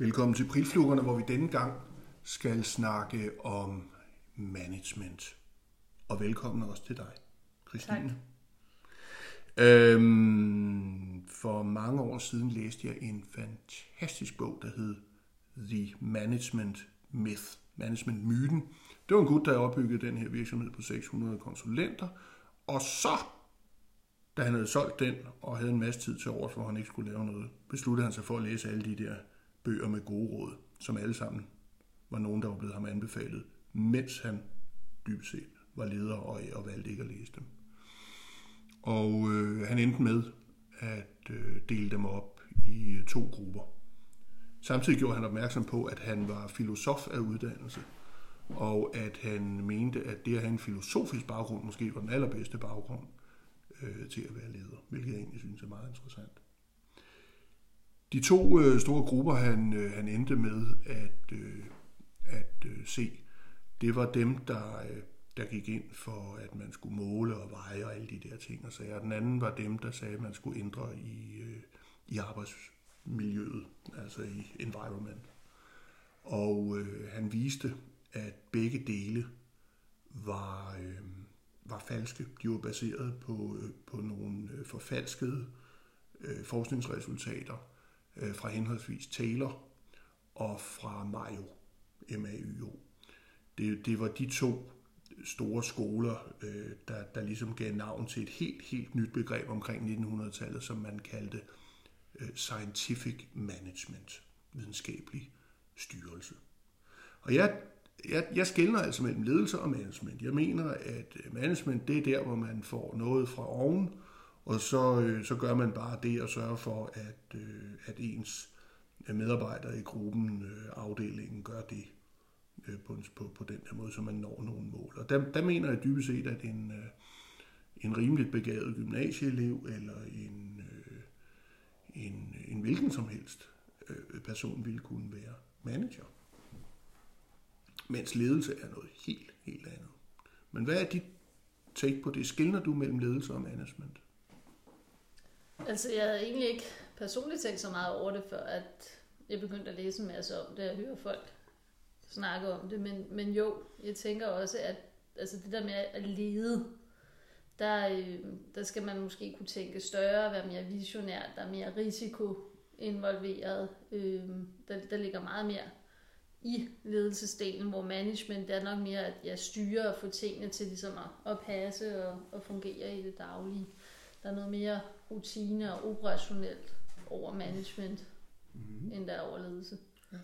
Velkommen til Prilfluggerne, hvor vi denne gang skal snakke om management. Og velkommen også til dig, Christine. For mange år siden læste jeg en fantastisk bog, der hed The Management Myth, Management-myten. Det var en gut, der opbyggede den her virksomhed på 600 konsulenter, og så, da han havde solgt den og havde en masse tid til overs, hvor han ikke skulle lave noget, besluttede han sig for at læse alle de der bøger med gode råd, som alle sammen var nogen, der var blevet ham anbefalet, mens han dybest set var leder og valgte ikke at læse dem. Og han endte med at dele dem op i 2 grupper. Samtidig gjorde han opmærksom på, at han var filosof af uddannelse, og at han mente, at det at have en filosofisk baggrund måske var den allerbedste baggrund til at være leder, hvilket jeg egentlig synes er meget interessant. De 2 store grupper, han endte med at se, det var dem, der gik ind for, at man skulle måle og veje og alle de der ting og sager. Den anden var dem, der sagde, at man skulle ændre i arbejdsmiljøet, altså i environment. Og han viste, at begge dele var falske. De var baseret på nogle forfalskede forskningsresultater fra henholdsvis Taylor og fra Mayo, M-A-Y-O. Det var de 2 store skoler, der ligesom gav navn til et helt nyt begreb omkring 1900-tallet, som man kaldte scientific management, videnskabelig styrelse. Og jeg skelner altså mellem ledelse og management. Jeg mener, at management, det er der, hvor man får noget fra oven, og så gør man bare det og sørger for, at ens medarbejdere i gruppen, afdelingen, gør det på den her måde, så man når nogle mål. Og der mener jeg dybest set, at en rimeligt begavet gymnasieelev eller en hvilken som helst person ville kunne være manager. Mens ledelse er noget helt andet. Men hvad er dit take på det? Skelner du mellem ledelse og management? Altså, jeg havde egentlig ikke personligt tænkt så meget over det, før at jeg begyndte at læse en masse om det, og høre folk snakke om det. Men jo, jeg tænker også, at altså det der med at lede, der skal man måske kunne tænke større, være mere visionær, der er mere risiko involveret. Der ligger meget mere i ledelsesdelen, hvor management det er nok mere, at jeg styrer og får tingene til ligesom at passe og fungere i det daglige. Der er noget mere rutine og operationelt over management, end der er over ledelse. Ja.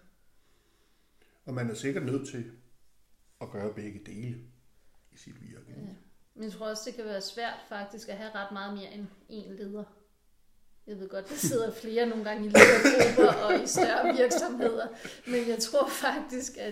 Og man er sikkert nødt til at gøre begge dele i sit virke. Ja. Men jeg tror også, det kan være svært faktisk at have ret meget mere end én leder. Jeg ved godt, der sidder flere nogle gange i ledergrupper og i større virksomheder, men jeg tror faktisk, at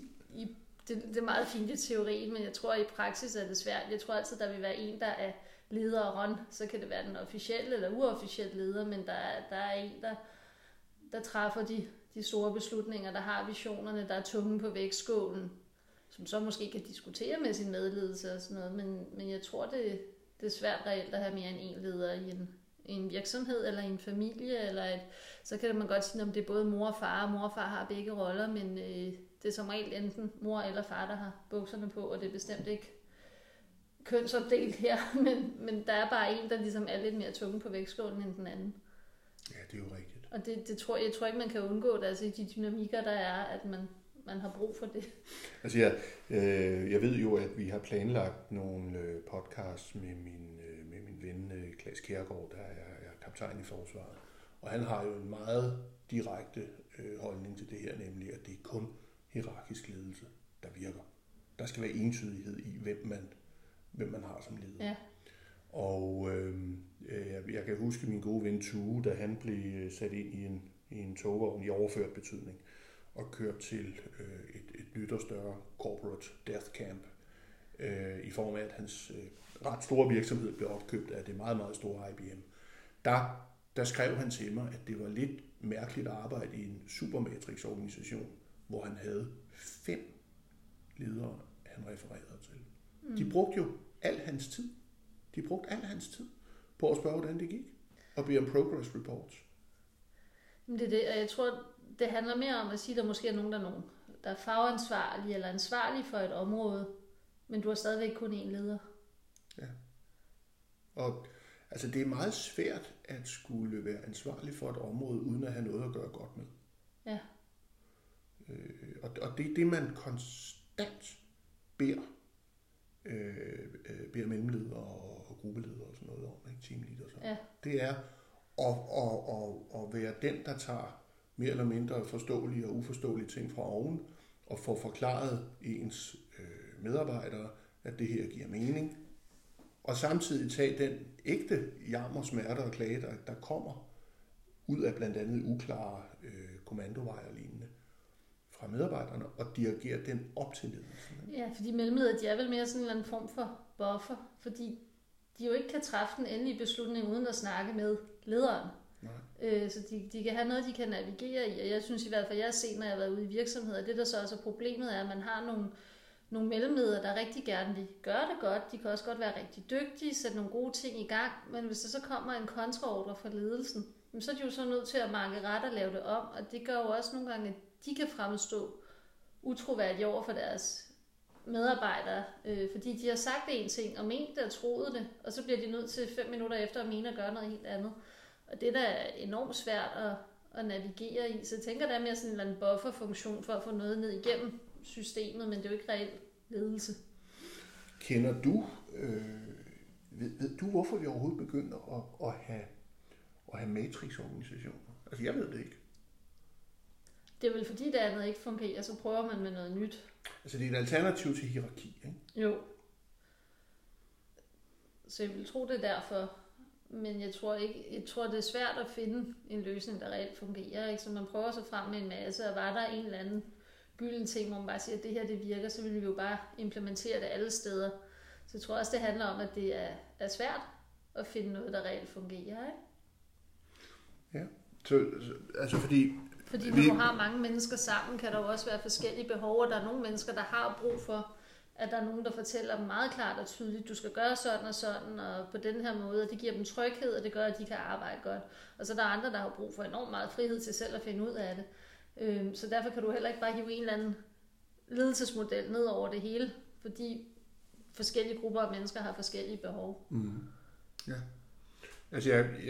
det er meget fint i teorien, men jeg tror, at i praksis er det svært. Jeg tror altid, der vil være en, der er leder og ron, så kan det være den officielle eller uofficielle leder, men der er en, der træffer de store beslutninger, der har visionerne, der er tungen på vægtskålen, som så måske kan diskutere med sin medledelse og sådan noget, men jeg tror, det er svært reelt at have mere end en leder i en virksomhed eller i en familie, eller så kan man godt sige, om det er både mor og far, og mor og far har begge roller, men det er som regel enten mor eller far, der har bukserne på, og det er bestemt ikke kønsopdelt her, men der er bare en, der ligesom er lidt mere tunge på vægtskålen end den anden. Ja, det er jo rigtigt. Og jeg tror ikke, man kan undgå det, altså i de dynamikker, der er, at man har brug for det. Altså jeg ved jo, at vi har planlagt nogle podcasts med min ven Claes Kjærgaard, der er kaptajn i forsvaret. Og han har jo en meget direkte holdning til det her, nemlig at det er kun hierarkisk ledelse, der virker. Der skal være entydighed i, hvem man har som leder. Ja. Og jeg kan huske min gode ven Tue, da han blev sat ind i en togvogn i overført betydning og kørt til et nyt og større corporate death camp i form af, at hans ret store virksomhed blev opkøbt af det meget, meget store IBM. Der skrev han til mig, at det var lidt mærkeligt at arbejde i en supermatrix-organisation, hvor han havde 5 ledere, han refererede til. De brugte jo al hans tid. På at spørge, hvordan det gik, og bede om progress reports. Det er det, og jeg tror, det handler mere om at sige, at der måske er nogen, der er fagansvarlige eller ansvarlige for et område, men du har stadigvæk kun én leder. Ja. Og altså, det er meget svært at skulle være ansvarlig for et område, uden at have noget at gøre godt med. Ja. Og det er det, man konstant beder mellemledere og gruppeledere og sådan noget om, ikke? Teamleader og sådan. Ja. Det er at være den, der tager mere eller mindre forståelige og uforståelige ting fra oven, og får forklaret ens medarbejdere, at det her giver mening, og samtidig tage den ægte jammer, smerter og klage, der kommer ud af blandt andet uklare kommandoveje og lignende fra medarbejderne, og dirigere den op til ledelsen. Ja, fordi mellemledere, de er vel mere sådan en eller anden form for buffer, fordi de jo ikke kan træffe den endelige beslutning uden at snakke med lederen. Så de kan have noget, de kan navigere i, og jeg synes i hvert fald, jeg har set, når jeg har været ude i virksomheder, det der så også er problemet er, at man har nogle mellemledere, der rigtig gerne vil gøre det godt. De kan også godt være rigtig dygtige, sætte nogle gode ting i gang, men hvis der så kommer en kontraordre fra ledelsen, så er de jo så nødt til at markere ret og lave det om, og det gør jo også nogle gange, at de kan fremstå utroværdige over for deres medarbejdere, fordi de har sagt en ting og ment det og troet det, og så bliver de nødt til 5 minutter efter at mene at gøre noget helt andet. Og det der er enormt svært at navigere i, så jeg tænker, der er mere sådan en eller anden bufferfunktion for at få noget ned igennem systemet, men det er jo ikke reelt ledelse. Kender du, ved du, hvorfor vi overhovedet begynder at have matrixorganisationer? Altså, jeg ved det ikke. Det er vel fordi det andet ikke fungerer, så prøver man med noget nyt. Altså, det er et alternativ til hierarki, ikke? Jo. Så jeg vil tro, det er derfor. Men jeg tror det er svært at finde en løsning, der reelt fungerer, ikke? Så man prøver sig frem med en masse, og var der en eller anden gylden ting, hvor man bare siger, at det her det virker, så vil vi jo bare implementere det alle steder. Så jeg tror også, det handler om, at det er svært at finde noget, der reelt fungerer, ikke? Ja, så altså fordi når du har mange mennesker sammen, kan der jo også være forskellige behov, og der er nogle mennesker, der har brug for, at der er nogen, der fortæller dem meget klart og tydeligt, du skal gøre sådan og sådan, og på den her måde, og det giver dem tryghed, og det gør, at de kan arbejde godt. Og så der er andre, der har brug for enormt meget frihed til selv at finde ud af det. Så derfor kan du heller ikke bare hive en eller anden ledelsesmodel ned over det hele, fordi forskellige grupper af mennesker har forskellige behov. Mm. Ja. Altså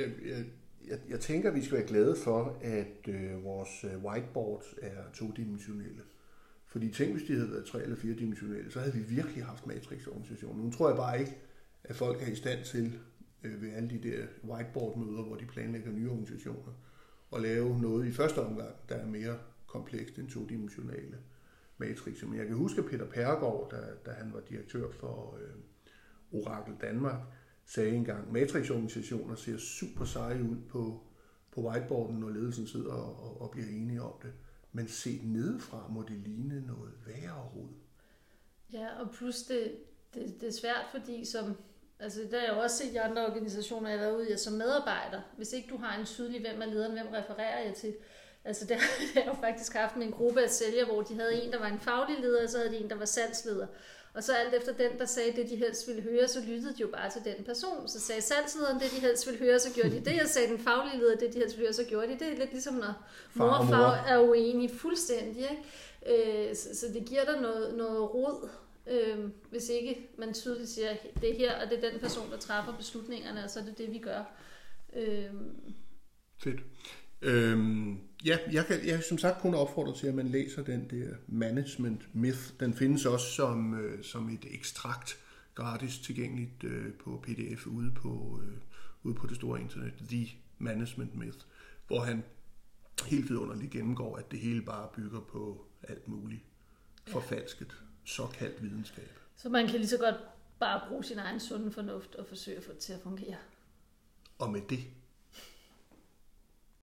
jeg tænker, at vi skal være glade for, at vores whiteboards er todimensionelle. Fordi tænk, hvis de havde været 3- eller 4-dimensionelle, så havde vi virkelig haft matrixorganisationer. Nu tror jeg bare ikke, at folk er i stand til ved alle de der whiteboard-møder, hvor de planlægger nye organisationer, at lave noget i første omgang, der er mere komplekst end todimensionale matrixer. Men jeg kan huske, at Peter Pergaard, da han var direktør for Oracle Danmark, sagde engang, matrixorganisationer ser super seje ud på whiteboarden, når ledelsen sidder og bliver enige om det. Men set nedefra må det ligne noget værre rod. Ja, og plus det er svært, fordi der har jeg også set i andre organisationer, jeg har været ude i, som medarbejder, hvis ikke du har en tydelig, hvem er lederen, hvem refererer jeg til. Altså der har jeg jo faktisk haft med en gruppe af sælgere, hvor de havde en, der var en faglig leder, og så havde de en, der var salgsleder. Og så alt efter den, der sagde det, de helst ville høre, så lyttede de jo bare til den person. Så sagde salgslederen det, de helst ville høre, så gjorde de det. Og sagde den faglige leder det, de helst ville høre, så gjorde de det. Det er lidt ligesom, når mor og far er uenige fuldstændig. Ikke? Så det giver dig noget rod, hvis ikke man tydeligt siger, det er her, og det er den person, der træffer beslutningerne, og så er det det, vi gør. Fedt. Ja, jeg kan som sagt kun opfordre til, at man læser den der Management Myth. Den findes også som et ekstrakt gratis tilgængeligt på PDF ude på det store internet. The Management Myth, hvor han helt vidunderligt gennemgår, at det hele bare bygger på alt muligt forfalsket, såkaldt videnskab. Så man kan lige så godt bare bruge sin egen sunde fornuft og forsøge at få det til at fungere. Og med det